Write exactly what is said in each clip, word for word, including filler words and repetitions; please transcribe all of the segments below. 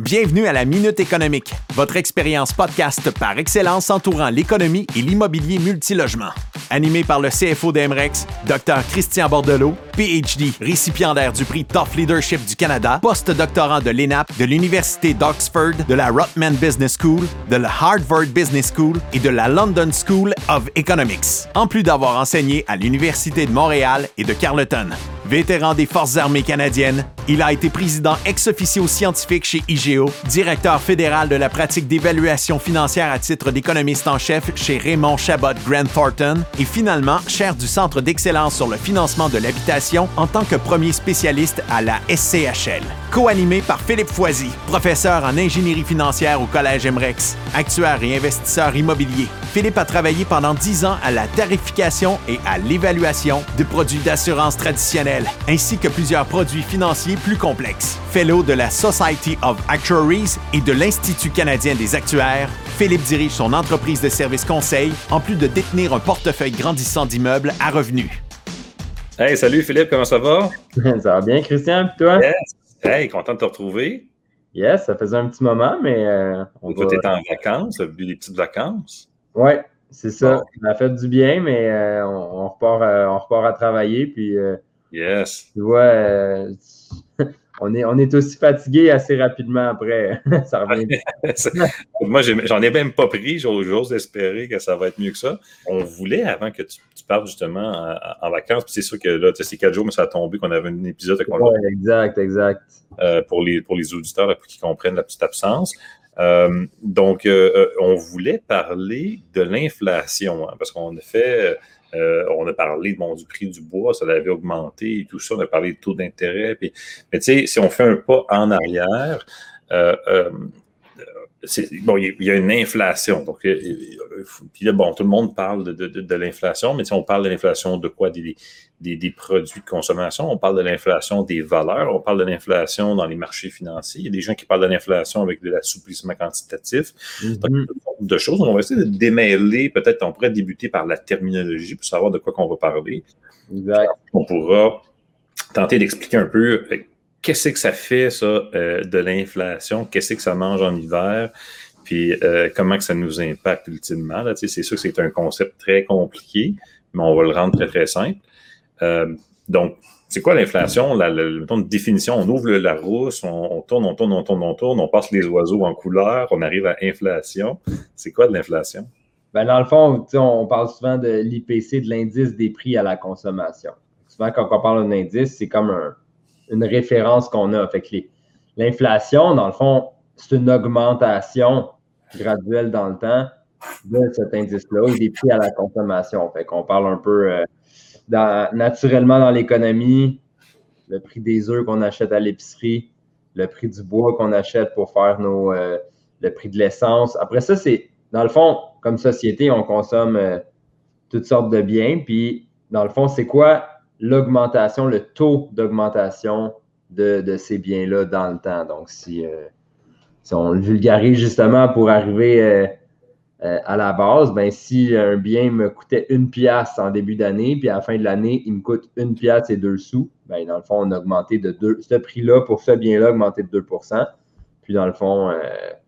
Bienvenue à la Minute économique, votre expérience podcast par excellence entourant l'économie et l'immobilier multilogement. Animé par le C F O d'Emrex, Dr Christian Bordelot, P H D, récipiendaire du prix Top Leadership du Canada, post-doctorant de l'E N A P, de l'Université d'Oxford, de la Rutman Business School, de la Harvard Business School et de la London School of Economics, en plus d'avoir enseigné à l'Université de Montréal et de Carleton. Vétéran des Forces armées canadiennes, il a été président ex-officio scientifique chez I G E O, directeur fédéral de la pratique d'évaluation financière à titre d'économiste en chef chez Raymond Chabot Grant Thornton et finalement chaire du Centre d'excellence sur le financement de l'habitation en tant que premier spécialiste à la S C H L. Co-animé par Philippe Foisy, professeur en ingénierie financière au Collège Emrex, actuaire et investisseur immobilier. Philippe a travaillé pendant dix ans à la tarification et à l'évaluation de produits d'assurance traditionnels, ainsi que plusieurs produits financiers plus complexes. Fellow de la Society of Actuaries et de l'Institut canadien des actuaires, Philippe dirige son entreprise de services conseil, en plus de détenir un portefeuille grandissant d'immeubles à revenus. Hey, salut Philippe, comment ça va? Ça va bien, Christian, puis toi? Yes. Hey, content de te retrouver. Yes, ça faisait un petit moment, mais euh, on va... Tu étais en vacances, tu as vu des petites vacances? Oui, c'est ça. Bon. Ça a fait du bien, mais euh, on, on, repart, euh, on repart à travailler, puis euh, yes. Tu vois, euh, on, est, on est aussi fatigué assez rapidement après. Ça revient. Moi, j'ai, j'en ai même pas pris. J'ose espérer que ça va être mieux que ça. On voulait, avant que tu, tu parles justement en, en vacances, puis c'est sûr que là, c'est quatre jours, mais ça a tombé qu'on avait un épisode. Oui, exact, exact. Euh, pour, les, pour les auditeurs, là, pour qu'ils comprennent la petite absence. Euh, donc, euh, on voulait parler de l'inflation, hein, parce qu'on a fait... Euh, on a parlé bon, du prix du bois, ça l'avait augmenté et tout ça. On a parlé de taux d'intérêt. Puis, mais tu sais, si on fait un pas en arrière, euh, euh, c'est, bon, il y a une inflation. Donc, euh, puis là, bon, tout le monde parle de, de, de l'inflation, mais si on parle de l'inflation de quoi? Des, des, des produits de consommation, on parle de l'inflation des valeurs, on parle de l'inflation dans les marchés financiers. Il y a des gens qui parlent de l'inflation avec de l'assouplissement quantitatif. Mm-hmm. Donc, de choses. On va essayer de démêler. Peut-être on pourrait débuter par la terminologie pour savoir de quoi qu'on va parler. Exact. On pourra tenter d'expliquer un peu qu'est-ce que ça fait, ça, euh, de l'inflation, qu'est-ce que ça mange en hiver, puis euh, comment que ça nous impacte ultimement. Là, c'est sûr que c'est un concept très compliqué, mais on va le rendre très, très simple. Euh, donc, c'est quoi l'inflation? La, la, la, une définition, on ouvre le Larousse, on, on tourne, on tourne, on tourne, on tourne, on passe les oiseaux en couleur, on arrive à inflation. C'est quoi de l'inflation? Ben dans le fond, on parle souvent de l'I P C, de l'indice des prix à la consommation. Souvent, quand on parle d'un indice, c'est comme un, une référence qu'on a. Fait que les, l'inflation, dans le fond, c'est une augmentation graduelle dans le temps de cet indice-là et des prix à la consommation. Fait qu'on parle un peu... Euh, Dans, naturellement, dans l'économie, le prix des œufs qu'on achète à l'épicerie, le prix du bois qu'on achète pour faire nos, euh, le prix de l'essence. Après ça, c'est, dans le fond, comme société, on consomme euh, toutes sortes de biens. Puis, dans le fond, c'est quoi l'augmentation, le taux d'augmentation de, de ces biens-là dans le temps? Donc, si, euh, si on le vulgarise justement pour arriver... Euh, Euh, à la base, ben, si un bien me coûtait une pièce en début d'année, puis à la fin de l'année, il me coûte une pièce et deux sous, ben, dans le fond, on a augmenté de deux, ce prix-là pour ce bien-là, augmenté de deux pour cent. Puis dans le fond, euh,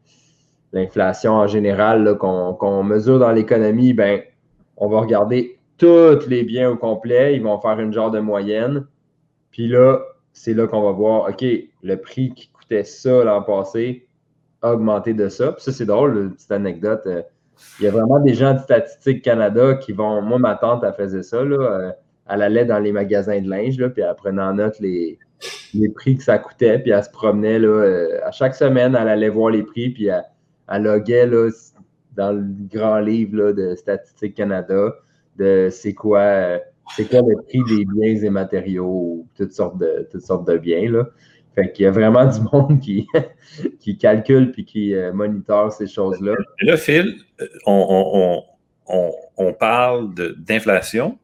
l'inflation en général là, qu'on, qu'on mesure dans l'économie, ben, on va regarder tous les biens au complet, ils vont faire une genre de moyenne. Puis là, c'est là qu'on va voir, OK, le prix qui coûtait ça l'an passé a augmenté de ça. Puis ça, c'est drôle, une petite anecdote. Euh, Il y a vraiment des gens de Statistique Canada qui vont... Moi, ma tante, elle faisait ça. Là. Elle allait dans les magasins de linge, là, puis elle prenait en note les, les prix que ça coûtait, puis elle se promenait. Là, à chaque semaine, elle allait voir les prix, puis elle, elle loguait là, dans le grand livre là, de Statistique Canada de c'est quoi, c'est quoi le prix des biens et matériaux, toutes sortes de, toutes sortes de biens. Là. Fait qu'il y a vraiment du monde qui, qui calcule puis qui euh, monitore ces choses-là. Et là, Phil, on, on, on, on parle de, d'inflation.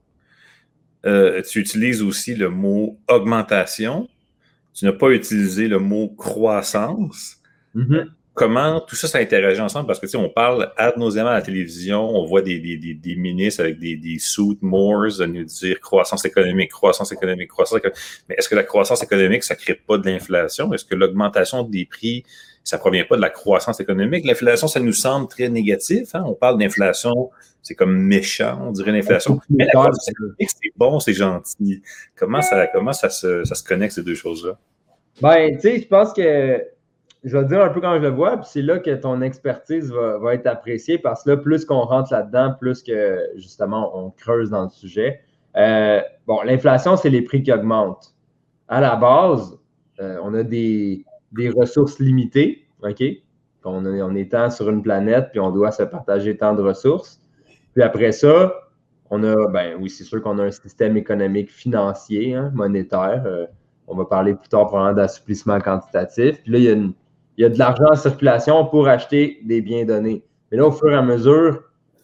Euh, tu utilises aussi le mot augmentation. Tu n'as pas utilisé le mot croissance. Mm-hmm. Comment tout ça, ça interagit ensemble? Parce que, tu sais, on parle ad nauseam à la télévision, on voit des, des, des, des ministres avec des, des suits Moores nous dire croissance économique, croissance économique, croissance économique. Mais est-ce que la croissance économique, ça ne crée pas de l'inflation? Est-ce que l'augmentation des prix ça ne provient pas de la croissance économique. L'inflation, ça nous semble très négatif. Hein? On parle d'inflation, c'est comme méchant, on dirait l'inflation. Mais la croissance économique, c'est bon, c'est gentil. Comment ça, comment ça, se, ça se connecte, ces deux choses-là? Ben, tu sais, je pense que je vais te dire un peu comment je le vois, puis c'est là que ton expertise va, va être appréciée parce que là, plus qu'on rentre là-dedans, plus que justement on creuse dans le sujet. Euh, bon, l'inflation, c'est les prix qui augmentent. À la base, euh, on a des, des ressources limitées, OK? On, a, on est tant sur une planète, puis on doit se partager tant de ressources. Puis après ça, on a, ben oui, c'est sûr qu'on a un système économique financier, hein, monétaire. Euh, on va parler plus tard probablement d'assouplissement quantitatif. Puis là, il y a une Il y a de l'argent en circulation pour acheter des biens donnés. Mais là, au fur et à mesure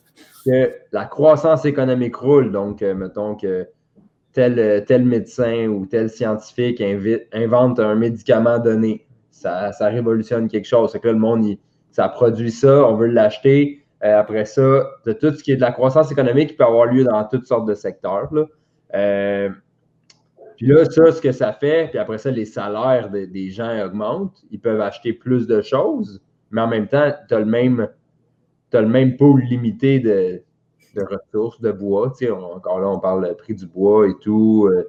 que la croissance économique roule, donc euh, mettons que tel, tel médecin ou tel scientifique invite, invente un médicament donné, ça, ça révolutionne quelque chose. C'est que là, le monde, il, ça produit ça, on veut l'acheter. Euh, après ça, de tout ce qui est de la croissance économique qui peut avoir lieu dans toutes sortes de secteurs. Là. Euh, Puis là, ça, ce que ça fait, puis après ça, les salaires de, des gens augmentent. Ils peuvent acheter plus de choses, mais en même temps, tu as le même, t'as le même pool limité de, de ressources, de bois. Tu sais, on, encore là, on parle du prix du bois et tout. Euh,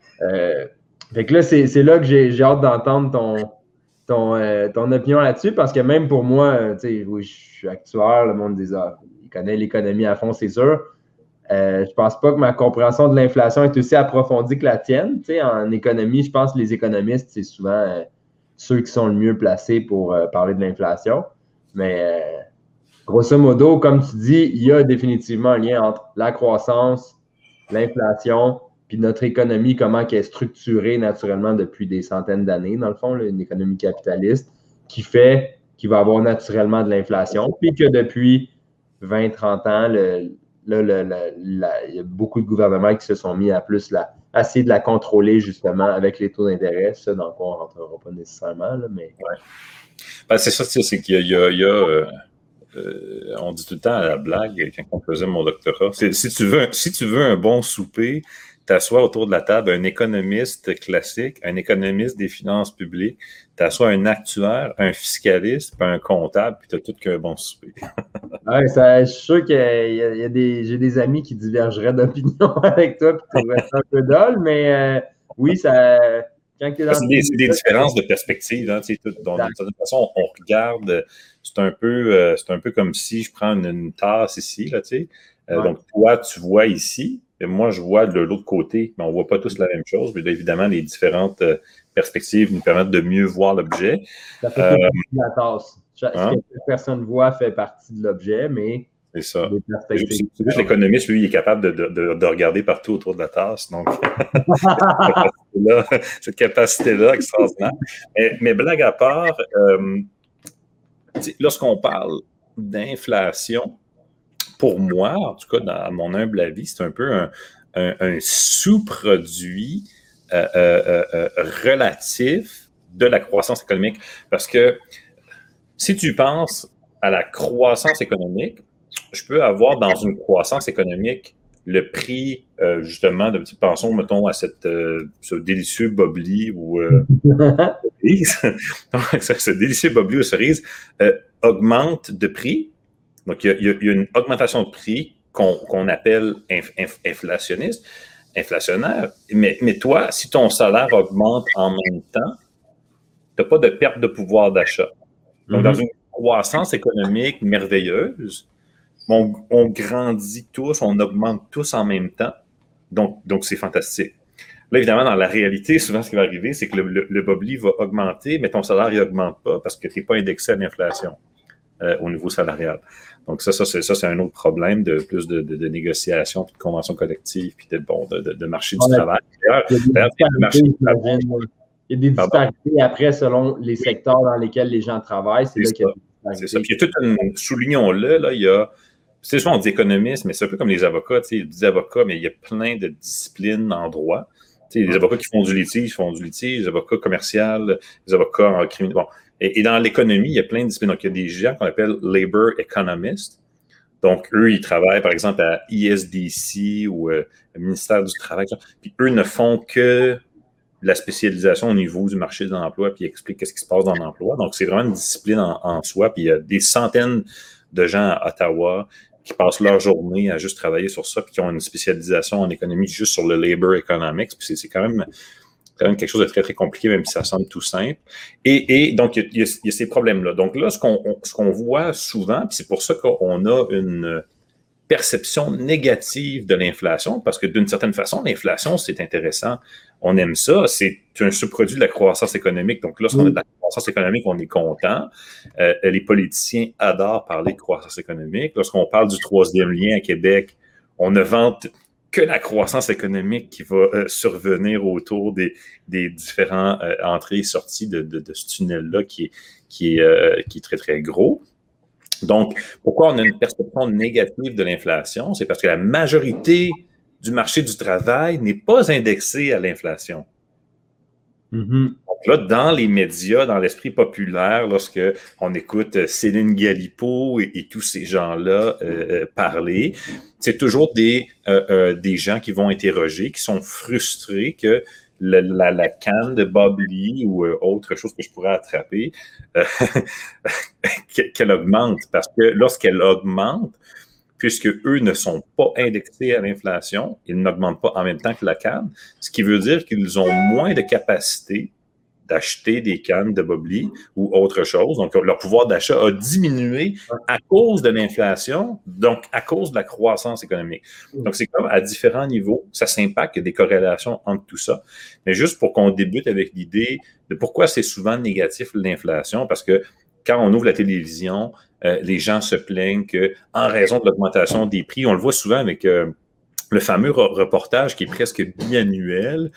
euh, fait que là, c'est, c'est là que j'ai, j'ai hâte d'entendre ton, ton, euh, ton opinion là-dessus, parce que même pour moi, tu sais, oui, je suis actuaire, le monde des arts, il connaît l'économie à fond, c'est sûr. Euh, je pense pas que ma compréhension de l'inflation est aussi approfondie que la tienne. Tu sais, en économie, je pense que les économistes, c'est souvent euh, ceux qui sont le mieux placés pour euh, parler de l'inflation. Mais euh, grosso modo, comme tu dis, il y a définitivement un lien entre la croissance, l'inflation, puis notre économie, comment elle est structurée naturellement depuis des centaines d'années, dans le fond, là, une économie capitaliste, qui fait qu'il va y avoir naturellement de l'inflation, puis que depuis vingt trente ans, le Là, le, le, la, il y a beaucoup de gouvernements qui se sont mis à plus la, à essayer de la contrôler justement avec les taux d'intérêt. Ça, dans quoi on ne rentrera pas nécessairement. Là, mais... ouais. Ben, c'est ça, c'est qu'il y a, il y a euh, euh, on dit tout le temps à la blague, quand on faisait mon doctorat, c'est, si, tu veux, si tu veux un bon souper, t'assois autour de la table un économiste classique, un économiste des finances publiques, t'assois un actuaire, un fiscaliste, puis un comptable, puis t'as tout qu'un bon souper. Ouais, ça, je suis sûr que y a, y a des, j'ai des amis qui divergeraient d'opinion avec toi, puis tu trouverais ça un peu drôle, mais euh, oui, ça. Quand t'es dans c'est, des, c'est des différences de perspective. Hein, tout, donc, de toute façon, on regarde, c'est un peu, euh, c'est un peu comme si je prends une, une tasse ici, là, tu sais. Euh, ouais. Donc, toi, tu vois ici, et moi, je vois de l'autre côté, mais on ne voit pas tous la même chose. Mais là, évidemment, les différentes euh, perspectives nous permettent de mieux voir l'objet. Ça fait euh, partie de la tasse. Hein? Ce que personne voit fait partie de l'objet, mais... C'est ça. C'est juste, c'est juste l'économiste, lui, il est capable de, de, de regarder partout autour de la tasse. Donc, cette capacité-là, extraordinaire. Mais, mais blague à part, euh, lorsqu'on parle d'inflation, pour moi, en tout cas, dans mon humble avis, c'est un peu un, un, un sous-produit euh, euh, euh, relatif de la croissance économique. Parce que si tu penses à la croissance économique, je peux avoir dans une croissance économique le prix, euh, justement, de petite pensons, mettons, à cette, euh, ce délicieux bobli ou euh, cerise. ce délicieux bobli ou cerise euh, augmente de prix. Donc, il y, y a une augmentation de prix qu'on, qu'on appelle inf, inf, inflationniste, inflationnaire. Mais, mais toi, si ton salaire augmente en même temps, tu n'as pas de perte de pouvoir d'achat. Donc, mm-hmm. dans une croissance économique merveilleuse, on, on grandit tous, on augmente tous en même temps. Donc, donc, c'est fantastique. Là, évidemment, dans la réalité, souvent, ce qui va arriver, c'est que le, le, le bobli va augmenter, mais ton salaire, il n'augmente pas parce que tu n'es pas indexé à l'inflation euh, au niveau salarial. Donc, ça, ça, c'est, ça, c'est un autre problème de plus de, de, de négociation, puis de convention collective, puis de, bon, de, de, de marché du ouais, travail. D'ailleurs, il y a des disparités, marché du travail. Il y a des disparités après selon les secteurs dans lesquels les gens travaillent. C'est, c'est là qu'il y a C'est ça. Puis il y a toute une, soulignons-le, là, il y a, c'est souvent on dit économiste, mais c'est un peu comme les avocats, tu sais, ils disent avocats, mais il y a plein de disciplines en droit. Tu sais, les avocats qui font du litige font du litige, les avocats commerciaux, les avocats en criminel. Bon. Et, et dans l'économie, il y a plein de disciplines. Donc, il y a des gens qu'on appelle labor economists. Donc, eux, ils travaillent, par exemple, à I S D C ou euh, au ministère du Travail. Puis eux ne font que la spécialisation au niveau du marché de l'emploi, puis il explique qu'est-ce qui se passe dans l'emploi. Donc, c'est vraiment une discipline en, en soi. Puis il y a des centaines de gens à Ottawa qui passent leur journée à juste travailler sur ça, puis qui ont une spécialisation en économie juste sur le labor economics. Puis c'est, c'est quand même, quand même quelque chose de très, très compliqué, même si ça semble tout simple. Et, et donc, il y, a, il y a ces problèmes-là. Donc là, ce qu'on, on, ce qu'on voit souvent, puis c'est pour ça qu'on a une perception négative de l'inflation, parce que d'une certaine façon, l'inflation, c'est intéressant. On aime ça. C'est un sous-produit de la croissance économique. Donc, lorsqu'on a de la croissance économique, on est content. Euh, les politiciens adorent parler de croissance économique. Lorsqu'on parle du troisième lien à Québec, on ne vante que la croissance économique qui va euh, survenir autour des, des différentes euh, entrées et sorties de, de, de ce tunnel-là qui est, qui, est, euh, qui est très, très gros. Donc, pourquoi on a une perception négative de l'inflation? C'est parce que la majorité du marché du travail n'est pas indexée à l'inflation. Mm-hmm. Donc là, dans les médias, dans l'esprit populaire, lorsque on écoute Céline Galipo et, et tous ces gens-là euh, parler, c'est toujours des, euh, euh, des gens qui vont interroger, qui sont frustrés que Le, la, la canne de Bob Lee ou euh, autre chose que je pourrais attraper, euh, qu'elle augmente. Parce que lorsqu'elle augmente, puisque eux ne sont pas indexés à l'inflation, ils n'augmentent pas en même temps que la canne, ce qui veut dire qu'ils ont moins de capacité d'acheter des cannes de Bob Lee ou autre chose. Donc, leur pouvoir d'achat a diminué à cause de l'inflation, donc à cause de la croissance économique. Donc, c'est comme à différents niveaux, ça s'impacte, il y a des corrélations entre tout ça. Mais juste pour qu'on débute avec l'idée de pourquoi c'est souvent négatif l'inflation, parce que quand on ouvre la télévision, euh, les gens se plaignent qu'en raison de l'augmentation des prix, on le voit souvent avec... Euh, le fameux reportage qui est presque biannuel,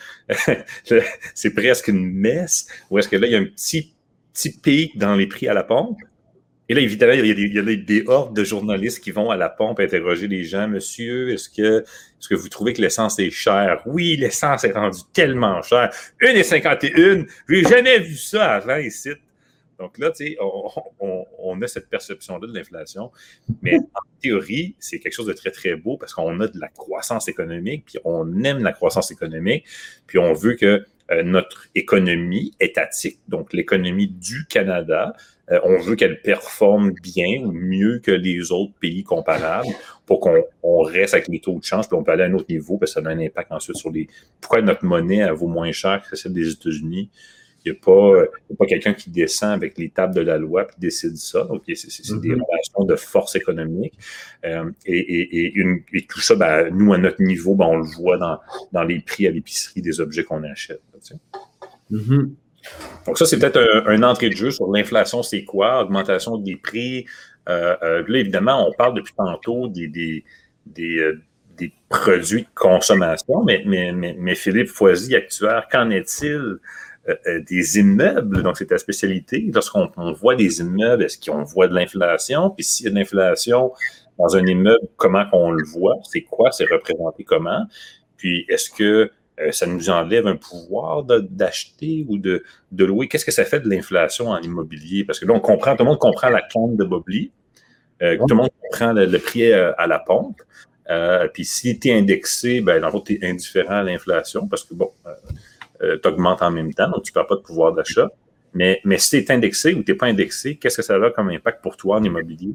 c'est presque une messe, où est-ce que là, il y a un petit, petit pic dans les prix à la pompe. Et là, évidemment, il y a des, il y a des hordes de journalistes qui vont à la pompe interroger les gens. Monsieur, est-ce que, est-ce que vous trouvez que l'essence est chère? Oui, l'essence est rendue tellement chère. une virgule cinquante et un, j'ai jamais vu ça avant ici. Donc là, tu sais, on, on, on a cette perception-là de l'inflation. Mais en théorie, c'est quelque chose de très, très beau parce qu'on a de la croissance économique, puis on aime la croissance économique, puis on veut que euh, notre économie étatique, donc l'économie du Canada, euh, on veut qu'elle performe bien ou mieux que les autres pays comparables pour qu'on on reste avec les taux de change, puis on peut aller à un autre niveau, parce que ça a un impact ensuite sur les... Pourquoi notre monnaie elle vaut moins cher que celle des États-Unis? Il n'y a pas, pas quelqu'un qui descend avec les tables de la loi et décide ça. Donc, c'est, c'est, c'est mm-hmm. des relations de force économique. Euh, et, et, et, une, et tout ça, ben, nous, à notre niveau, ben, on le voit dans, dans les prix à l'épicerie des objets qu'on achète. Tu sais. Mm-hmm. Donc, ça, c'est peut-être un, un entrée de jeu sur l'inflation, c'est quoi? Augmentation des prix. Euh, euh, là, évidemment, on parle depuis tantôt des, des, des, euh, des produits de consommation, mais, mais, mais, mais Philippe Foisy, actuaire, qu'en est-il? Euh, des immeubles, donc c'est ta spécialité. Lorsqu'on on voit des immeubles, est-ce qu'on voit de l'inflation? Puis s'il y a de l'inflation dans un immeuble, comment on le voit? C'est quoi? C'est représenté comment? Puis est-ce que euh, ça nous enlève un pouvoir de, d'acheter ou de, de louer? Qu'est-ce que ça fait de l'inflation en immobilier? Parce que là, on comprend, tout le monde comprend la canne de Bob Lee, euh, tout le monde comprend le, le prix à, à la pompe. Euh, puis si tu es indexé, ben, dans le fond, tu es indifférent à l'inflation parce que, bon... Euh, Euh, tu augmentes en même temps, donc tu ne perds pas de pouvoir d'achat. Mais, mais si tu es indexé ou tu n'es pas indexé, qu'est-ce que ça a comme impact pour toi en immobilier?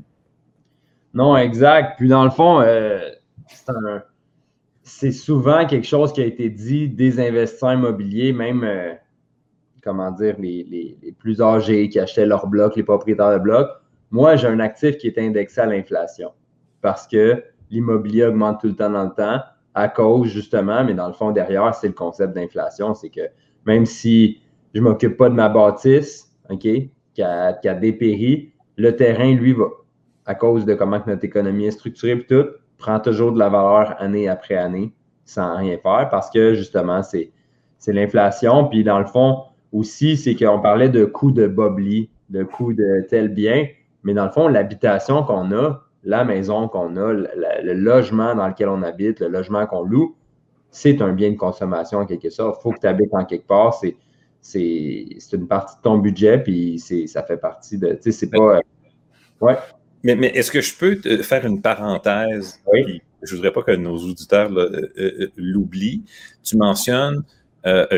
Non, exact. Puis dans le fond, euh, c'est, un, c'est souvent quelque chose qui a été dit des investisseurs immobiliers, même, euh, comment dire, les, les, les plus âgés qui achetaient leurs blocs, les propriétaires de blocs. Moi, j'ai un actif qui est indexé à l'inflation parce que l'immobilier augmente tout le temps dans le temps. À cause, justement, mais dans le fond, derrière, c'est le concept d'inflation. C'est que même si je ne m'occupe pas de ma bâtisse, OK, qui a, qui a dépéri, le terrain, lui, va, à cause de comment que notre économie est structurée et tout, prend toujours de la valeur année après année sans rien faire parce que, justement, c'est, c'est l'inflation. Puis, dans le fond, aussi, c'est qu'on parlait de coût de Bob Lee, de coût de tel bien, mais dans le fond, l'habitation qu'on a, la maison qu'on a, le, le logement dans lequel on habite, le logement qu'on loue, c'est un bien de consommation en quelque sorte. Il faut que tu habites en quelque part. C'est, c'est, c'est une partie de ton budget, puis c'est, ça fait partie de... Tu sais, c'est pas... Euh, ouais. Mais, mais est-ce que je peux te faire une parenthèse? Oui. Puis, je ne voudrais pas que nos auditeurs là, euh, euh, l'oublient. Tu mentionnes... Euh, euh,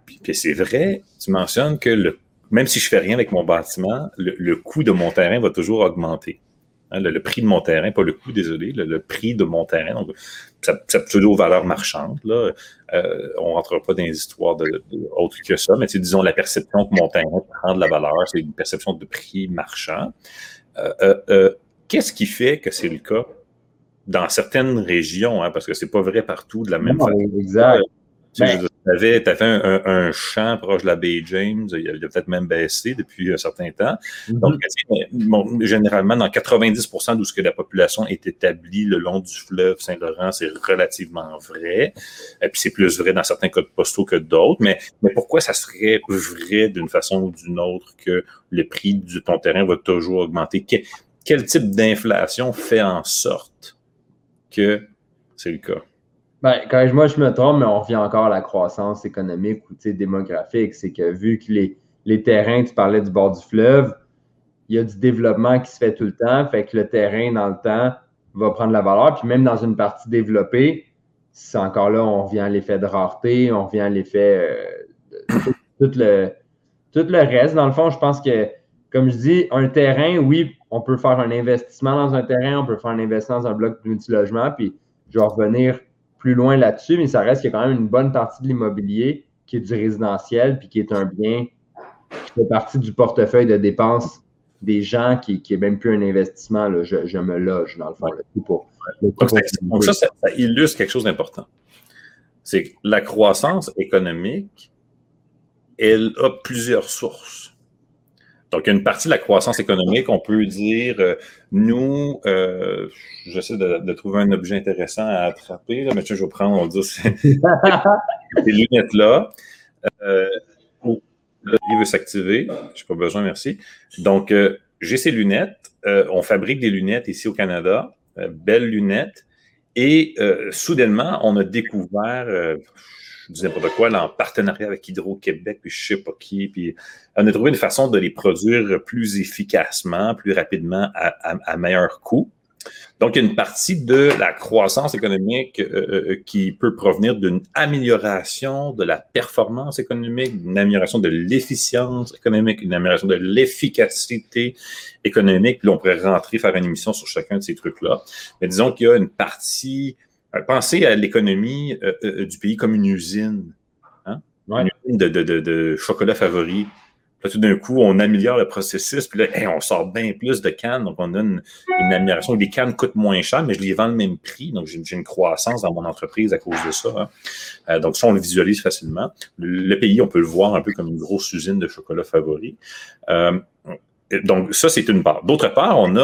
puis, puis c'est vrai, tu mentionnes que le, même si je fais rien avec mon bâtiment, le, le coût de mon terrain va toujours augmenter. Hein, le, le prix de mon terrain, pas le coût, désolé, le, le prix de mon terrain, donc sa, sa pseudo-valeur marchande, là, euh, on ne rentrera pas dans les histoires de, de, autres que ça, mais disons la perception que mon terrain prend de la valeur, c'est une perception de prix marchand. Euh, euh, euh, qu'est-ce qui fait que c'est le cas dans certaines régions, hein, parce que c'est pas vrai partout de la même non, façon. Exact. Tu sais, avais, avais un, un, un champ proche de la baie James, il a, il a peut-être même baissé depuis un certain temps. Mm-hmm. Donc, bon, généralement, dans quatre-vingt-dix pour cent d'où ce que la population est établie le long du fleuve Saint-Laurent, c'est relativement vrai. Et puis, c'est plus vrai dans certains codes postaux que d'autres. Mais, mais pourquoi ça serait vrai d'une façon ou d'une autre que le prix de ton terrain va toujours augmenter? Quel, quel type d'inflation fait en sorte que c'est le cas? Ben, quand moi, je me trompe, mais on revient encore à la croissance économique ou démographique. C'est que vu que les, les terrains, tu parlais du bord du fleuve, il y a du développement qui se fait tout le temps. Fait que le terrain, dans le temps, va prendre la valeur. Puis même dans une partie développée, c'est encore là, on revient à l'effet de rareté, on revient à l'effet euh, tout, tout, le, tout le reste. Dans le fond, je pense que, comme je dis, un terrain, oui, on peut faire un investissement dans un terrain, on peut faire un investissement dans un bloc multilogement, puis je vais revenir plus loin là-dessus, mais ça reste qu'il y a quand même une bonne partie de l'immobilier qui est du résidentiel, puis qui est un bien qui fait partie du portefeuille de dépenses des gens, qui, qui est même plus un investissement. Là. Je, je me loge, dans le fond. Là, pour, donc, pour donc ça, ça, ça illustre quelque chose d'important. C'est que la croissance économique, elle a plusieurs sources. Donc, il y a une partie de la croissance économique, on peut dire, euh, nous, euh, j'essaie de, de trouver un objet intéressant à attraper, là, mais je vais prendre, on va dire, ces lunettes-là. Euh, oh, là, il veut s'activer, je n'ai pas besoin, merci. Donc, euh, j'ai ces lunettes, euh, on fabrique des lunettes ici au Canada, euh, belles lunettes, et euh, soudainement, on a découvert... Euh, je dis n'importe quoi, là, en partenariat avec Hydro-Québec, puis je ne sais pas qui, puis on a trouvé une façon de les produire plus efficacement, plus rapidement, à, à, à meilleur coût. Donc, il y a une partie de la croissance économique euh, qui peut provenir d'une amélioration de la performance économique, d'une amélioration de l'efficience économique, une amélioration de l'efficacité économique. Puis là, on pourrait rentrer, faire une émission sur chacun de ces trucs-là. Mais disons qu'il y a une partie... Pensez à l'économie euh, euh, du pays comme une usine, hein? Ouais. Une usine de, de, de, de chocolat favori. Là, tout d'un coup, on améliore le processus, puis là, hey, on sort bien plus de cannes, donc on a une, une amélioration. Les cannes coûtent moins cher, mais je les vends le même prix, donc j'ai, j'ai une croissance dans mon entreprise à cause de ça. Hein? Euh, donc ça, on le visualise facilement. Le, le pays, on peut le voir un peu comme une grosse usine de chocolat favori. Euh, donc ça, c'est une part. D'autre part, on a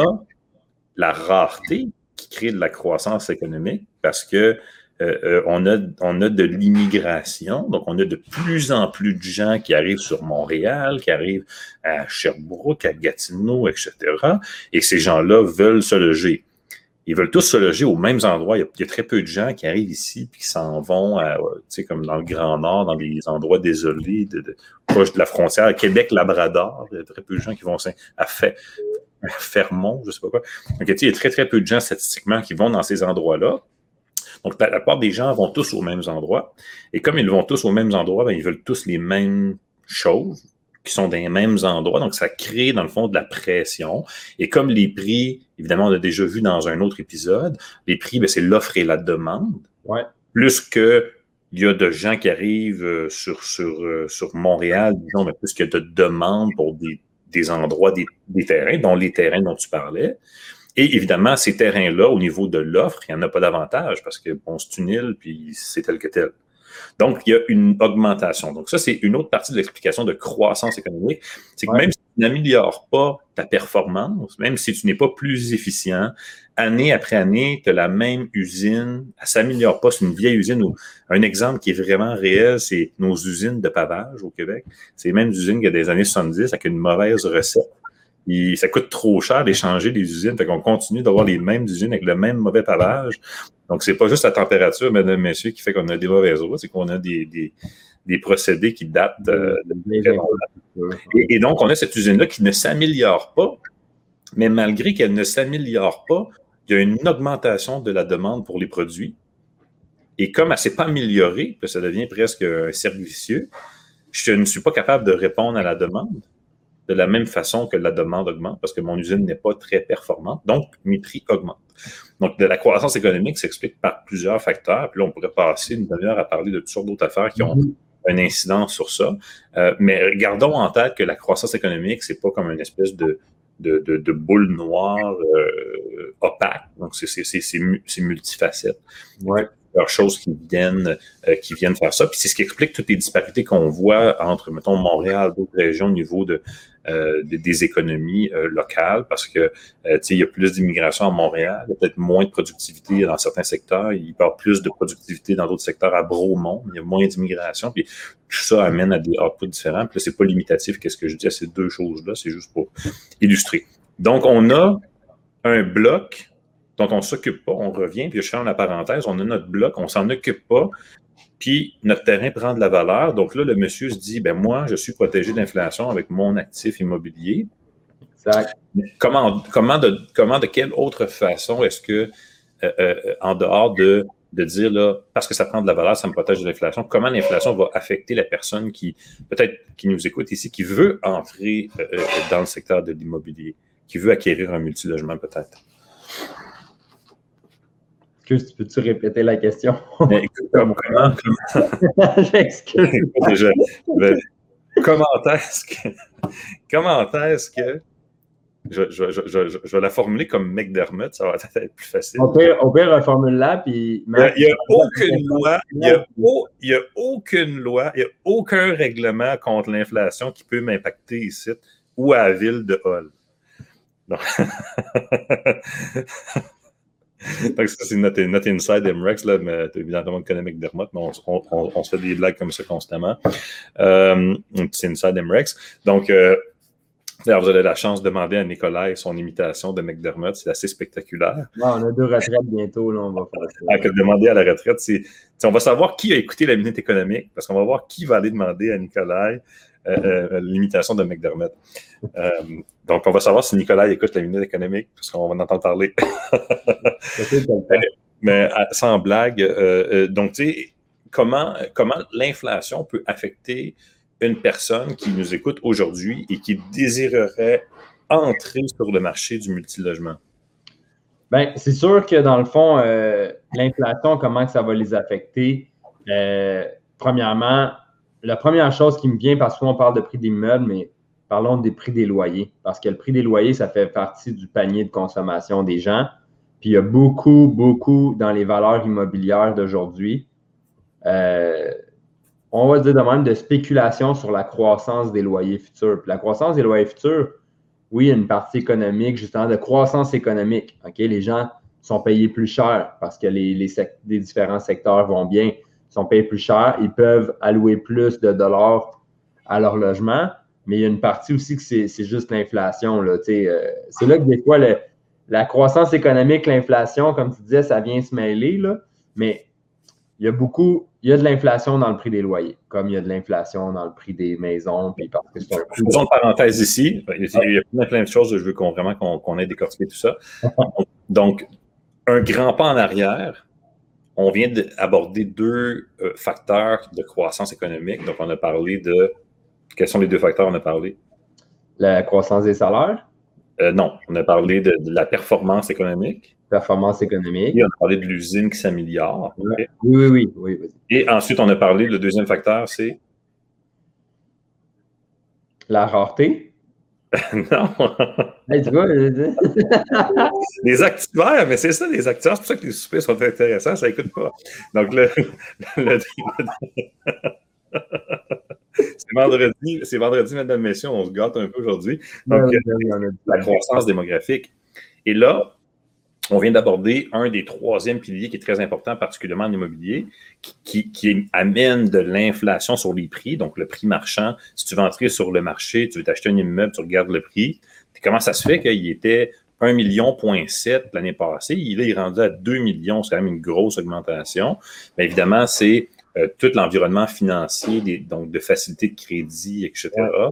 la rareté qui crée de la croissance économique parce que euh, on a, on a de l'immigration, donc on a de plus en plus de gens qui arrivent sur Montréal, qui arrivent à Sherbrooke, à Gatineau, et cetera. Et ces gens-là veulent se loger. Ils veulent tous se loger aux mêmes endroits. Il y a, il y a très peu de gens qui arrivent ici puis qui s'en vont, à, tu sais, comme dans le Grand Nord, dans des endroits désolés, de, de, proche de la frontière, Québec-Labrador. Il y a très peu de gens qui vont à fait Fermont, je ne sais pas quoi. Donc, il y a très, très peu de gens statistiquement qui vont dans ces endroits-là. Donc, la plupart des gens vont tous aux mêmes endroits. Et comme ils vont tous aux mêmes endroits, bien, ils veulent tous les mêmes choses qui sont dans les mêmes endroits. Donc, ça crée, dans le fond, de la pression. Et comme les prix, évidemment, on l'a déjà vu dans un autre épisode, les prix, bien, c'est l'offre et la demande. Ouais. Plus que il y a de gens qui arrivent sur, sur, sur Montréal, disons, mais plus que de demandes pour des des endroits, des, des terrains, dont les terrains dont tu parlais. Et évidemment, ces terrains-là, au niveau de l'offre, il n'y en a pas davantage parce que bon, c'est une île, puis c'est tel que tel. Donc, il y a une augmentation. Donc, ça, c'est une autre partie de l'explication de croissance économique. C'est que ouais. Même si tu n'améliores pas ta performance, même si tu n'es pas plus efficient, année après année, tu as la même usine, elle ne s'améliore pas. C'est une vieille usine. Où, un exemple qui est vraiment réel, c'est nos usines de pavage au Québec. C'est les mêmes usines qu'il y a des années soixante-dix avec une mauvaise recette. Et ça coûte trop cher d'échanger les usines. Fait qu'on continue d'avoir les mêmes usines avec le même mauvais pavage. Donc, c'est pas juste la température, mesdames, messieurs, qui fait qu'on a des mauvaises routes, c'est qu'on a des, des, des procédés qui datent euh, de très longtemps. Et, et donc, on a cette usine-là qui ne s'améliore pas, mais malgré qu'elle ne s'améliore pas, il y a une augmentation de la demande pour les produits. Et comme elle ne s'est pas améliorée, puis ça devient presque un cercle vicieux, je ne suis pas capable de répondre à la demande de la même façon que la demande augmente parce que mon usine n'est pas très performante. Donc, mes prix augmentent. Donc, de la croissance économique s'explique par plusieurs facteurs. Puis là, on pourrait passer une demi-heure à parler de toutes sortes d'autres affaires qui ont mm-hmm. un incident sur ça. Euh, mais gardons en tête que la croissance économique, c'est pas comme une espèce de, de, de, de boule noire euh, opaque. Donc, c'est, c'est, c'est, c'est, c'est multifacette. Ouais. Plusieurs choses qui viennent, euh, qui viennent faire ça. Puis c'est ce qui explique toutes les disparités qu'on voit entre, mettons, Montréal et d'autres régions au niveau de, euh, des, des économies euh, locales, parce que, euh, tu sais, il y a plus d'immigration à Montréal, il y a peut-être moins de productivité dans certains secteurs, il y a plus de productivité dans d'autres secteurs à Bromont, il y a moins d'immigration, puis tout ça amène à des outputs différents. Puis là, c'est pas limitatif, qu'est-ce que je dis à ces deux choses-là, c'est juste pour illustrer. Donc, on a un bloc dont on ne s'occupe pas, on revient, puis je ferme la parenthèse, on a notre bloc, on ne s'en occupe pas, puis notre terrain prend de la valeur. Donc là, le monsieur se dit, ben moi, je suis protégé de l'inflation avec mon actif immobilier. Exact. Comment, comment, de, comment, de quelle autre façon est-ce que, euh, euh, en dehors de, de dire, là, parce que ça prend de la valeur, ça me protège de l'inflation, comment l'inflation va affecter la personne qui, peut-être, qui nous écoute ici, qui veut entrer euh, dans le secteur de l'immobilier, qui veut acquérir un multilogement peut-être? Excuse, peux-tu répéter la question? Mais écoute, comment, comment, J'excuse. Écoute, je, je, comment est-ce que, comment est-ce que, je, je, je, je, je vais la formuler comme McDermott, ça va être plus facile. Au pire, au pire reformule-la, puis... Il n'y a, a aucune loi, il n'y a, a aucune loi, il n'y a aucun règlement contre l'inflation qui peut m'impacter ici ou à la ville de Hull. Donc, Donc, ça, c'est notre, notre inside M R E X, là, mais évidemment, on connaît McDermott, mais on, on, on se fait des blagues comme ça constamment. Euh, c'est inside M R E X. Donc, euh, d'ailleurs, vous avez la chance de demander à Nicolas son imitation de McDermott. C'est assez spectaculaire. Ouais, on a deux retraites bientôt, là, on va faire ça. Ah, que demander à la retraite, c'est, on va savoir qui a écouté la minute économique, parce qu'on va voir qui va aller demander à Nicolas euh, euh, l'imitation de McDermott. Euh, donc, on va savoir si Nicolas écoute la minute économique, parce qu'on va en entendre parler. Mais sans blague, euh, donc, tu sais, comment, comment l'inflation peut affecter une personne qui nous écoute aujourd'hui et qui désirerait entrer sur le marché du multilogement? Bien, c'est sûr que dans le fond, euh, l'inflation, comment que ça va les affecter? Euh, premièrement, la première chose qui me vient, parce qu'on parle de prix d'immeubles, mais parlons des prix des loyers. Parce que le prix des loyers, ça fait partie du panier de consommation des gens. Puis il y a beaucoup, beaucoup dans les valeurs immobilières d'aujourd'hui. Euh, on va dire de même de spéculation sur la croissance des loyers futurs. Puis la croissance des loyers futurs, oui, il y a une partie économique, justement, de croissance économique. Okay? Les gens sont payés plus cher parce que les, les, sect- les différents secteurs vont bien, sont payés plus cher. Ils peuvent allouer plus de dollars à leur logement, mais il y a une partie aussi que c'est, c'est juste l'inflation. Là, euh, c'est là que des fois, le, la croissance économique, l'inflation, comme tu disais, ça vient se mêler, là, mais il y a beaucoup, il y a de l'inflation dans le prix des loyers, comme il y a de l'inflation dans le prix des maisons. Puis parce que c'est un prix... Faisons une parenthèse ici. Il y a plein, plein de choses, je veux qu'on, vraiment qu'on, qu'on ait décortiqué tout ça. Donc, un grand pas en arrière, on vient d'aborder deux euh, facteurs de croissance économique. Donc, on a parlé de... Quels sont les deux facteurs qu'on a parlé? La croissance des salaires? Euh, non, on a parlé de, de la performance économique. Performance économique. Et on a parlé de l'usine qui s'améliore. Ouais. Oui, oui, oui. oui, oui. Et ensuite, on a parlé, le deuxième facteur, c'est? La rareté? Non. Hey, tu vois, les actuaires, mais c'est ça, les actuaires. C'est pour ça que les soupers sont intéressants, ça n'écoute pas. Donc, le, le, le c'est vendredi, c'est vendredi, mesdames, messieurs, on se gâte un peu aujourd'hui. Donc, ouais, ouais, la croissance démographique. Et là, on vient d'aborder un des troisièmes piliers qui est très important, particulièrement en immobilier, qui, qui, qui amène de l'inflation sur les prix, donc le prix marchand. Si tu veux entrer sur le marché, tu veux t'acheter un immeuble, tu regardes le prix. Comment ça se fait qu'il était un million virgule sept l'année passée? Il est rendu à deux millions, c'est quand même une grosse augmentation. Mais évidemment, c'est euh, tout l'environnement financier, des, donc de facilité de crédit, et cetera.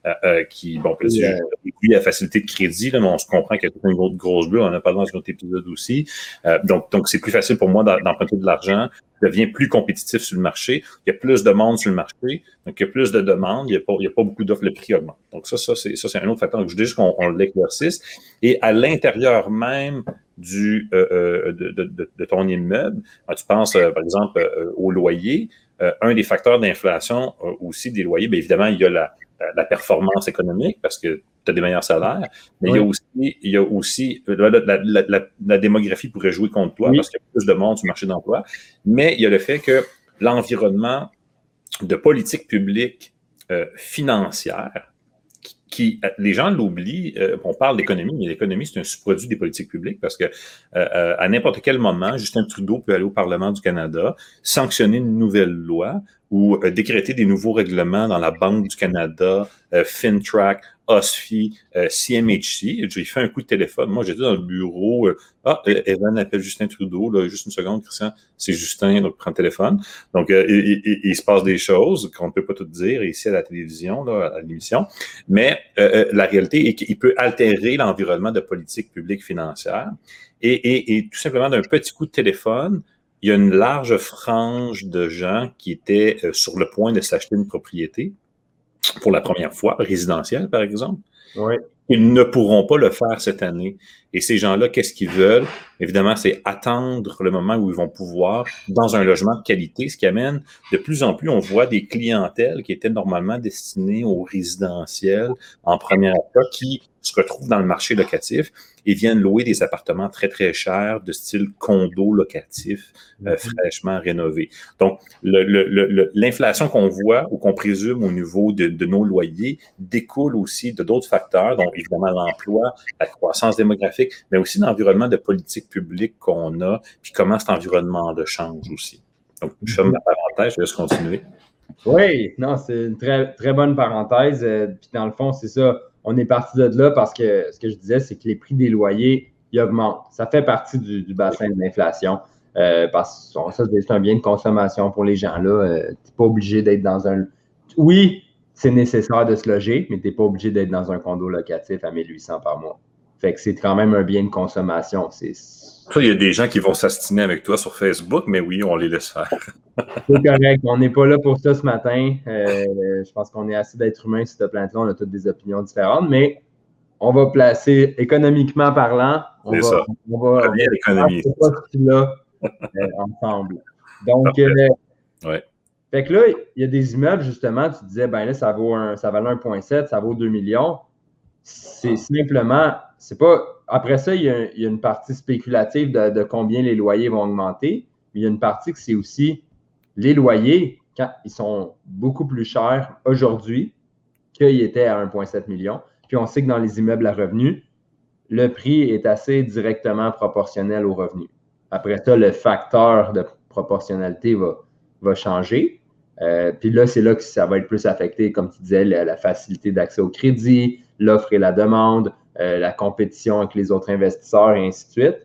euh, qui, bon, peut être oui, à facilité de crédit, là, mais on se comprend qu'il y a une grosse, grosse bulle, on en a parlé dans un autre épisode aussi. Euh, donc, donc, c'est plus facile pour moi d'emprunter de l'argent, je deviens plus compétitif sur le marché, il y a plus de monde sur le marché, donc il y a plus de demandes, il n'y a, a pas beaucoup d'offres, le prix augmente. Donc, ça, ça, c'est, ça, c'est un autre facteur. Donc, je voulais juste qu'on on l'éclaircisse. Et à l'intérieur même du, euh, de, de, de, de ton immeuble, tu penses, euh, par exemple, euh, au loyer, euh, un des facteurs d'inflation euh, aussi des loyers, bien évidemment, il y a la, la, la performance économique parce que tu as des meilleurs salaires, mais oui. il y a aussi, il y a aussi la, la, la, la, la démographie pourrait jouer contre toi oui. parce qu'il y a plus de monde sur le marché d'emploi, mais il y a le fait que l'environnement de politique publique euh, financière, qui, les gens l'oublient, euh, on parle d'économie, mais l'économie, c'est un sous-produit des politiques publiques parce que euh, à n'importe quel moment, Justin Trudeau peut aller au Parlement du Canada, sanctionner une nouvelle loi ou euh, décréter des nouveaux règlements dans la Banque du Canada, euh, FinTrack, O S F I, euh, C M H C. J'ai fait un coup de téléphone. Moi, j'étais dans le bureau. Euh, ah, Evan appelle Justin Trudeau. Là, juste une seconde, Christian. C'est Justin, donc prends le téléphone. Donc, euh, il, il, il se passe des choses qu'on ne peut pas tout dire ici à la télévision, là, à l'émission. Mais euh, la réalité est qu'il peut altérer l'environnement de politique publique financière. Et, et, et tout simplement, d'un petit coup de téléphone, il y a une large frange de gens qui étaient euh, sur le point de s'acheter une propriété pour la première fois, résidentielle, par exemple. Oui. Ils ne pourront pas le faire cette année. Et ces gens-là, qu'est-ce qu'ils veulent? Évidemment, c'est attendre le moment où ils vont pouvoir, dans un logement de qualité, ce qui amène de plus en plus, on voit des clientèles qui étaient normalement destinées aux résidentiels en première achat, qui se retrouvent dans le marché locatif et viennent louer des appartements très, très chers de style condo locatif, euh, mm-hmm. fraîchement rénovés. Donc, le, le, le, l'inflation qu'on voit ou qu'on présume au niveau de, de nos loyers découle aussi de d'autres facteurs, dont évidemment l'emploi, la croissance démographique, mais aussi l'environnement de politique publique qu'on a, puis comment cet environnement-là change aussi. Donc, je ferme la parenthèse, je laisse continuer. Oui, non, c'est une très, très bonne parenthèse. Euh, puis dans le fond, c'est ça. On est parti de là parce que ce que je disais, c'est que les prix des loyers, ils augmentent. Ça fait partie du, du bassin de l'inflation. Euh, parce que ça, c'est un bien de consommation pour les gens. là. Euh, tu n'es pas obligé d'être dans un... Oui, c'est nécessaire de se loger, mais tu n'es pas obligé d'être dans un condo locatif à mille huit cents par mois. Fait que c'est quand même un bien de consommation. C'est... Ça, il y a des gens qui vont s'astiner avec toi sur Facebook, mais oui, on les laisse faire. C'est correct. On n'est pas là pour ça ce matin. Euh, je pense qu'on est assez d'êtres humains sur cette planète-là. On a toutes des opinions différentes, mais on va placer économiquement parlant. On c'est va, ça. On va, Très bien l'économie. On va faire là euh, ensemble. Donc, euh, ouais. Fait que là, il y a des immeubles, justement, tu disais, ben là, ça vaut un, ça valait un virgule sept, ça vaut deux millions. C'est simplement, c'est pas. Après ça, il y a, il y a une partie spéculative de, de combien les loyers vont augmenter. Mais il y a une partie que c'est aussi les loyers, quand ils sont beaucoup plus chers aujourd'hui qu'ils étaient à un virgule sept million. Puis on sait que dans les immeubles à revenus, le prix est assez directement proportionnel aux revenus. Après ça, le facteur de proportionnalité va, va changer. Euh, puis là, c'est là que ça va être plus affecté, comme tu disais, la, la facilité d'accès au crédit, l'offre et la demande, euh, la compétition avec les autres investisseurs et ainsi de suite.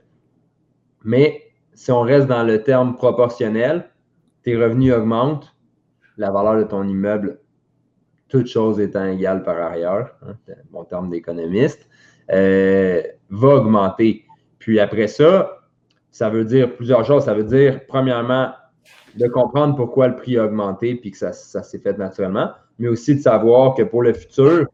Mais si on reste dans le terme proportionnel, tes revenus augmentent, la valeur de ton immeuble, toutes choses étant égales par ailleurs, hein, c'est mon terme d'économiste, euh, va augmenter. Puis après ça, ça veut dire plusieurs choses. Ça veut dire, premièrement, de comprendre pourquoi le prix a augmenté puis que ça, ça s'est fait naturellement, mais aussi de savoir que pour le futur,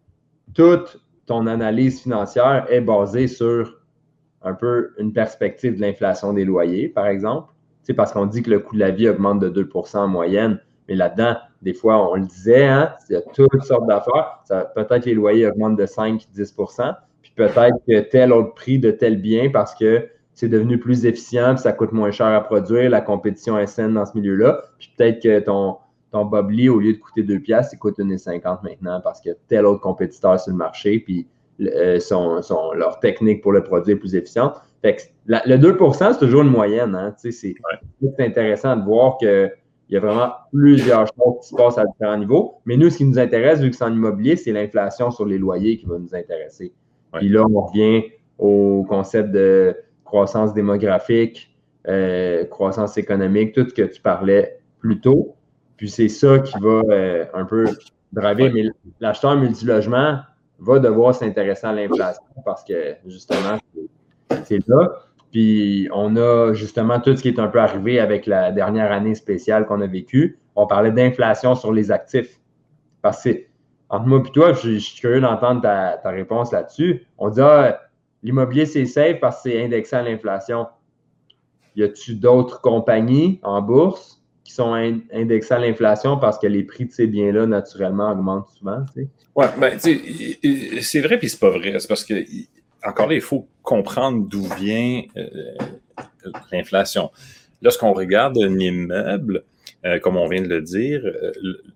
toute ton analyse financière est basée sur un peu une perspective de l'inflation des loyers, par exemple. Tu sais, parce qu'on dit que le coût de la vie augmente de deux pour cent en moyenne, mais là-dedans, des fois, on le disait, hein, il y a toutes sortes d'affaires. Ça, peut-être que les loyers augmentent de cinq à dix pour cent, puis peut-être que tel autre prix de tel bien parce que c'est devenu plus efficient, puis ça coûte moins cher à produire, la compétition est saine dans ce milieu-là, puis peut-être que ton, ton Bobli, au lieu de coûter deux piastres, il coûte une virgule cinquante maintenant parce que tel autre compétiteur sur le marché, puis euh, son, son, leur technique pour le produire est plus efficiente. Fait que la, le deux pour cent, c'est toujours une moyenne. Hein? Tu sais, c'est, ouais. c'est intéressant de voir qu'il y a vraiment plusieurs choses qui se passent à différents niveaux. Mais nous, ce qui nous intéresse, vu que c'est en immobilier, c'est l'inflation sur les loyers qui va nous intéresser. Ouais. Puis là, on revient au concept de croissance démographique, euh, croissance économique, tout ce que tu parlais plus tôt. Puis c'est ça qui va euh, un peu driver, mais l'acheteur multilogement va devoir s'intéresser à l'inflation parce que, justement, c'est là. Puis, on a justement tout ce qui est un peu arrivé avec la dernière année spéciale qu'on a vécue. On parlait d'inflation sur les actifs. Parce que, entre moi et toi, je, je suis curieux d'entendre ta, ta réponse là-dessus. On dit, ah, l'immobilier, c'est safe parce que c'est indexé à l'inflation. Y a-t-il d'autres compagnies en bourse qui sont in- indexées à l'inflation parce que les prix de ces biens-là, naturellement, augmentent souvent? Tu sais? Oui, ben, tu sais, c'est vrai puis c'est pas vrai. C'est parce que, encore là, il faut comprendre d'où vient euh, l'inflation. Lorsqu'on regarde un immeuble, euh, comme on vient de le dire, euh,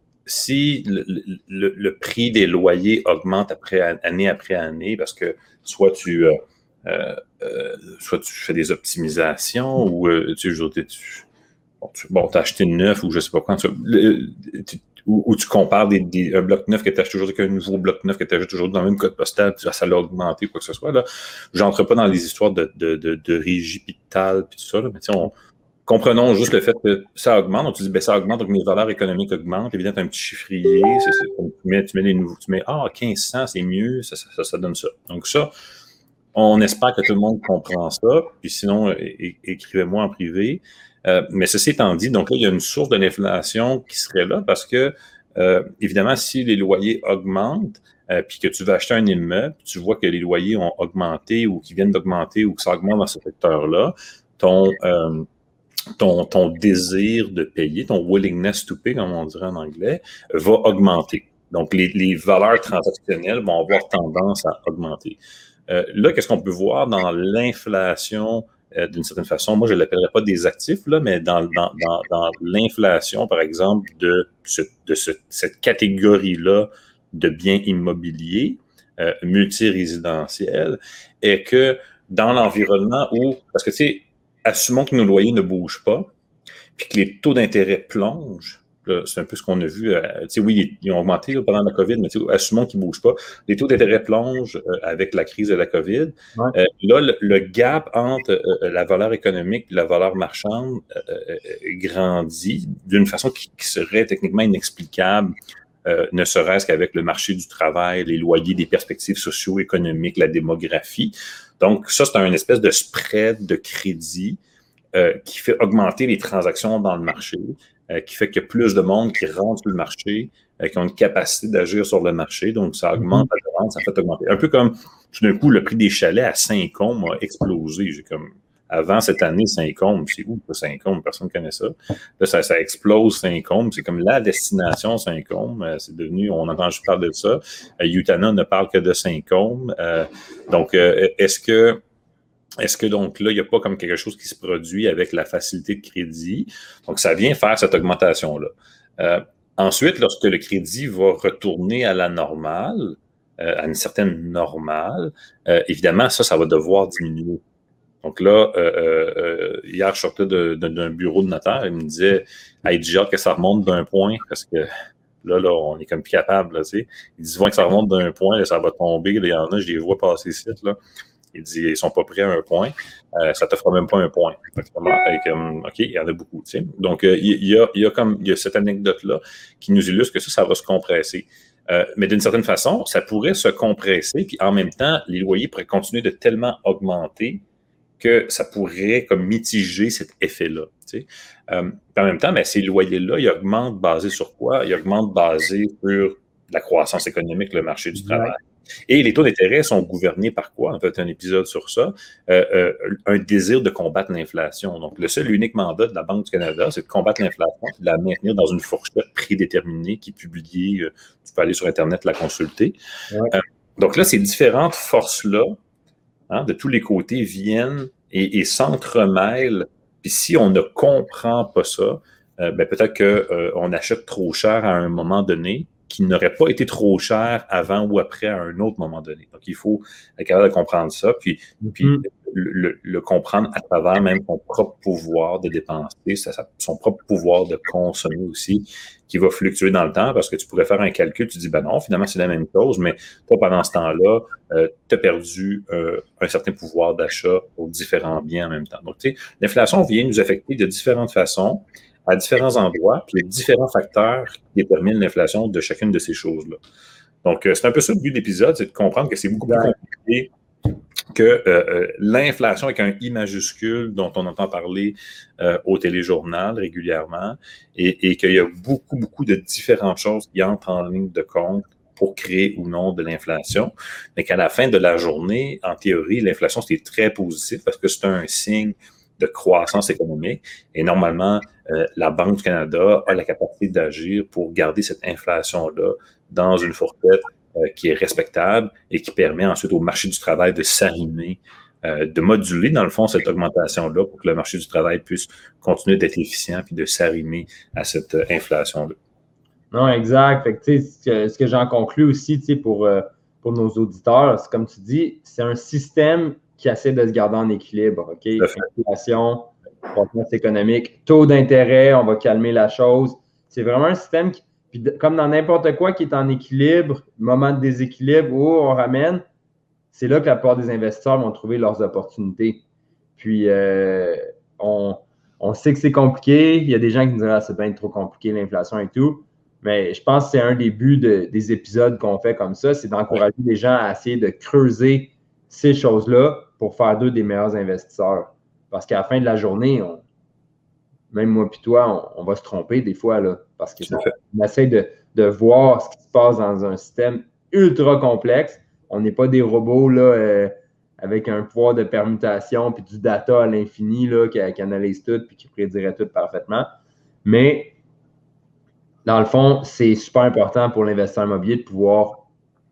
si le, le, le prix des loyers augmente après, année après année, parce que soit tu, euh, euh, soit tu fais des optimisations ou euh, tu, tu, bon, tu bon, as acheté neuf ou je ne sais pas quand, tu, tu, ou, ou tu compares des, des, un bloc neuf que tu achètes toujours avec un nouveau bloc neuf que tu achètes toujours dans le même code postal, puis ça l'a augmenté, quoi que ce soit. Je n'entre pas dans les histoires de, de, de, de régie pitale et tout ça, là, mais on, comprenons juste le fait que ça augmente. Donc, tu dis, ben, ça augmente, donc mes valeurs économiques augmentent. Évidemment, tu as un petit chiffrier. C'est, c'est, tu, mets, tu mets des nouveaux, tu mets, ah, quinze cents, c'est mieux, ça, ça, ça donne ça. Donc, ça, on espère que tout le monde comprend ça. Puis sinon, é- écrivez-moi en privé. Euh, mais ceci étant dit, donc là, il y a une source de l'inflation qui serait là parce que, euh, évidemment, si les loyers augmentent, euh, puis que tu vas acheter un immeuble, tu vois que les loyers ont augmenté ou qu'ils viennent d'augmenter ou que ça augmente dans ce secteur-là, ton, euh, ton, ton désir de payer, ton willingness to pay, comme on dirait en anglais, va augmenter. Donc, les, les valeurs transactionnelles vont avoir tendance à augmenter. Euh, là, qu'est-ce qu'on peut voir dans l'inflation euh, d'une certaine façon? Moi, je ne l'appellerais pas des actifs, là, mais dans, dans, dans, dans l'inflation, par exemple, de, ce, de ce, cette catégorie-là de biens immobiliers euh, multirésidentiels, est que dans l'environnement où, parce que tu sais, assumons que nos loyers ne bougent pas, puis que les taux d'intérêt plongent. Là, c'est un peu ce qu'on a vu. Euh, tu sais, oui, ils ont augmenté là, pendant la COVID, mais assumons qu'ils ne bougent pas. Les taux d'intérêt plongent euh, avec la crise de la COVID. Ouais. Euh, là, le, le gap entre euh, la valeur économique et la valeur marchande euh, grandit d'une façon qui, qui serait techniquement inexplicable. Euh, ne serait-ce qu'avec le marché du travail, les loyers, les perspectives socio-économiques, la démographie. Donc, ça, c'est un espèce de spread de crédit euh, qui fait augmenter les transactions dans le marché, euh, qui fait qu'il y a plus de monde qui rentre sur le marché, euh, qui ont une capacité d'agir sur le marché. Donc, ça augmente la demande, ça fait augmenter. Un peu comme, tout d'un coup, le prix des chalets à Saint-Côme a explosé. J'ai comme... Avant cette année, Saint-Côme, c'est où Saint-Côme? Personne ne connaît ça. Là, ça, ça explose Saint-Côme. C'est comme la destination Saint-Côme. C'est devenu, on entend juste parler de ça. Euh, Utana ne parle que de Saint-Côme. Euh, donc, euh, est-ce que, est-ce que donc là, il n'y a pas comme quelque chose qui se produit avec la facilité de crédit? Donc, ça vient faire cette augmentation-là. Euh, ensuite, lorsque le crédit va retourner à la normale, euh, à une certaine normale, euh, évidemment, ça, ça va devoir diminuer. Donc là, euh, euh, hier, je sortais de, de, d'un bureau de notaire, il me disait hey, j'ai hâte que ça remonte d'un point, parce que là, là, on est comme plus capable, là, tu sais. Il dit souvent que ça remonte d'un point, là, ça va tomber, il y en a, je les vois passer ici, là. Il dit, ils sont pas prêts à un point, euh, ça te fera même pas un point. Avec, um, OK, il y en a beaucoup, tu sais. Donc, euh, il, y a, il y a comme, il y a cette anecdote-là qui nous illustre que ça, ça va se compresser. Euh, mais d'une certaine façon, ça pourrait se compresser, puis en même temps, les loyers pourraient continuer de tellement augmenter que ça pourrait comme mitiger cet effet-là. Tu sais. Euh, en même temps, ben, ces loyers-là, ils augmentent basés sur quoi? Ils augmentent basés sur la croissance économique, le marché du travail. Ouais. Et les taux d'intérêt sont gouvernés par quoi? On a fait un épisode sur ça. Euh, euh, un désir de combattre l'inflation. Donc, le seul unique mandat de la Banque du Canada, c'est de combattre l'inflation et de la maintenir dans une fourchette prédéterminée qui est publiée. Euh, tu peux aller sur Internet la consulter. Ouais. Euh, donc là, ces différentes forces-là, Hein, de tous les côtés, viennent et, et s'entremêlent. Puis si on ne comprend pas ça, euh, ben peut-être qu'on euh, achète trop cher à un moment donné qui n'aurait pas été trop cher avant ou après à un autre moment donné. Donc, il faut être capable de comprendre ça, puis, mm-hmm. puis le, le, le comprendre à travers même son propre pouvoir de dépenser, ça, ça, son propre pouvoir de consommer aussi, qui va fluctuer dans le temps, parce que tu pourrais faire un calcul, tu dis, ben non, finalement, c'est la même chose, mais toi, pendant ce temps-là, euh, tu as perdu euh, un certain pouvoir d'achat pour différents biens en même temps. Donc, tu sais, l'inflation vient nous affecter de différentes façons. à différents endroits, puis il y a différents facteurs qui déterminent l'inflation de chacune de ces choses-là. Donc, c'est un peu ça le but de l'épisode, c'est de comprendre que c'est beaucoup plus compliqué que euh, l'inflation avec un I majuscule dont on entend parler euh, au téléjournal régulièrement et, et qu'il y a beaucoup, beaucoup de différentes choses qui entrent en ligne de compte pour créer ou non de l'inflation, mais qu'à la fin de la journée, en théorie, l'inflation, c'est très positif parce que c'est un signe de croissance économique et normalement, euh, la Banque du Canada a la capacité d'agir pour garder cette inflation-là dans une fourchette Euh, qui est respectable et qui permet ensuite au marché du travail de s'arrimer, euh, de moduler, dans le fond, cette augmentation-là pour que le marché du travail puisse continuer d'être efficient puis de s'arrimer à cette euh, inflation-là. Non, exact. Fait que, tu sais, ce que, ce que j'en conclus aussi, tu sais, pour, euh, pour nos auditeurs, c'est comme tu dis, c'est un système qui essaie de se garder en équilibre, OK? Inflation, croissance économique, taux d'intérêt, on va calmer la chose. C'est vraiment un système qui Puis comme dans n'importe quoi qui est en équilibre, moment de déséquilibre, oh, on ramène, c'est là que la plupart des investisseurs vont trouver leurs opportunités. Puis euh, on, on sait que c'est compliqué. Il y a des gens qui nous disent ah, c'est bien trop compliqué, l'inflation et tout. Mais je pense que c'est un des buts de, des épisodes qu'on fait comme ça, c'est d'encourager les gens à essayer de creuser ces choses-là pour faire d'eux des meilleurs investisseurs. Parce qu'à la fin de la journée, on, même moi et toi, on, on va se tromper des fois, là, parce qu'on essaie de, de voir ce qui se passe dans un système ultra complexe. On n'est pas des robots là, euh, avec un pouvoir de permutation puis du data à l'infini là, qui, qui analyse tout puis qui prédirait tout parfaitement. Mais dans le fond, c'est super important pour l'investisseur immobilier de pouvoir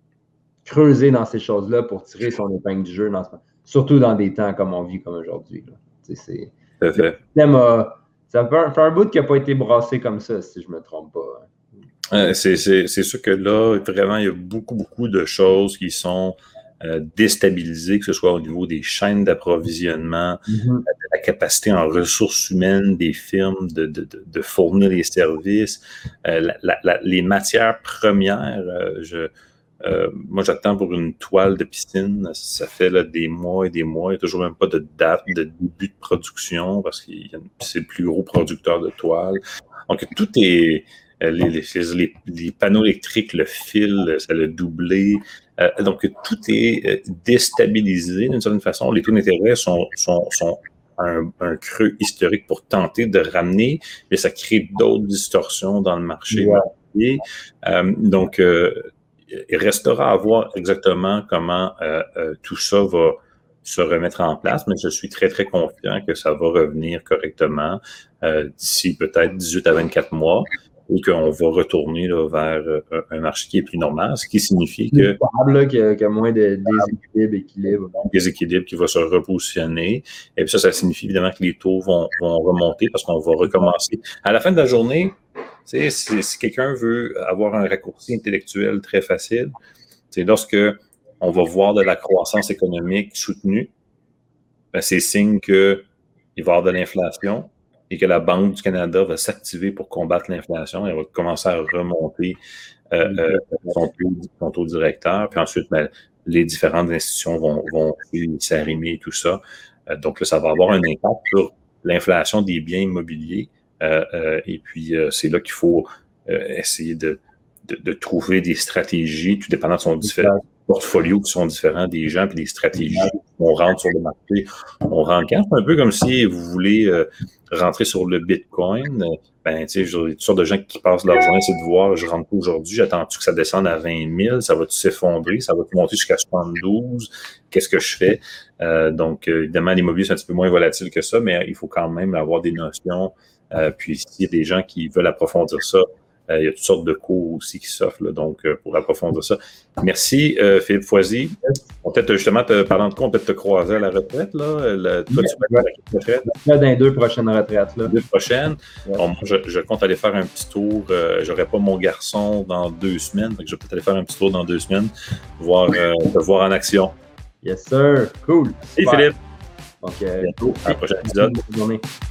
creuser dans ces choses-là pour tirer son épingle du jeu, dans ce, surtout dans des temps comme on vit comme aujourd'hui. Là. C'est, le système a Ça fait un, fait un bout qui n'a pas été brassé comme ça, si je ne me trompe pas. Euh, c'est, c'est, c'est sûr que là, vraiment, il y a beaucoup, beaucoup de choses qui sont euh, déstabilisées, que ce soit au niveau des chaînes d'approvisionnement, mm-hmm. de la capacité en ressources humaines des firmes de, de, de, de fournir les services, euh, la, la, la, les matières premières. Euh, je, euh, moi, j'attends pour une toile de piscine. Ça fait là, des mois et des mois. Il n'y a toujours même pas de date de début de production parce que c'est le plus gros producteur de toiles. Donc, tout est... Les, les, les, les panneaux électriques, le fil, ça l'a doublé. Euh, donc, tout est déstabilisé d'une certaine façon. Les taux d'intérêt sont, sont, sont un, un creux historique pour tenter de ramener, mais ça crée d'autres distorsions dans le marché. Ouais. Euh, donc, euh, il restera à voir exactement comment euh, euh, tout ça va se remettre en place, mais je suis très, très confiant que ça va revenir correctement euh, d'ici peut-être dix-huit à vingt-quatre mois. Et qu'on va retourner là, vers euh, un marché qui est plus normal, ce qui signifie que... Là, qu'il y a, qu'il y a moins de déséquilibre, équilibre. Déséquilibre qui va se repositionner. Et puis ça, ça signifie évidemment que les taux vont, vont remonter parce qu'on va recommencer. À la fin de la journée, si, si quelqu'un veut avoir un raccourci intellectuel très facile, c'est lorsque on va voir de la croissance économique soutenue, ben c'est signe qu'il va y avoir de l'inflation, et que la Banque du Canada va s'activer pour combattre l'inflation. Elle va commencer à remonter euh, euh, son, taux, son taux directeur. Puis ensuite, ben, les différentes institutions vont, vont s'arrimer et tout ça. Euh, donc là, ça va avoir un impact sur l'inflation des biens immobiliers. Euh, euh, et puis, euh, c'est là qu'il faut euh, essayer de, de, de trouver des stratégies, tout dépendant de son différent portfolios qui sont différents des gens, puis des stratégies. On rentre sur le marché, on rentre. C'est un peu comme si vous voulez euh, rentrer sur le Bitcoin. Ben, tu sais, j'ai toutes sortes de gens qui passent leur journée, c'est de voir, je rentre pas aujourd'hui, j'attends-tu que ça descende à vingt mille, ça va-tu s'effondrer, ça va-tu monter jusqu'à soixante-douze, qu'est-ce que je fais? Euh, donc, évidemment, l'immobilier, c'est un petit peu moins volatile que ça, mais il faut quand même avoir des notions. Euh, puis, s'il y a des gens qui veulent approfondir ça, Euh, il y a toutes sortes de cours aussi qui s'offrent, là, donc euh, pour approfondir ça. Merci, euh, Philippe Foisy. On peut-être justement, te, parlant de quoi, on peut te croiser à la retraite. Là. Le, toi, tu vas à la retraite. Là, dans les deux prochaines retraites. Là. Deux prochaines. Ouais. Bon, je, je compte aller faire un petit tour. Euh, j'aurai pas mon garçon dans deux semaines, donc je vais peut-être aller faire un petit tour dans deux semaines, voir, euh, te voir en action. Yes, sir. Cool. Hey, Philippe. Donc, euh, à la prochaine épisode. Bonne journée.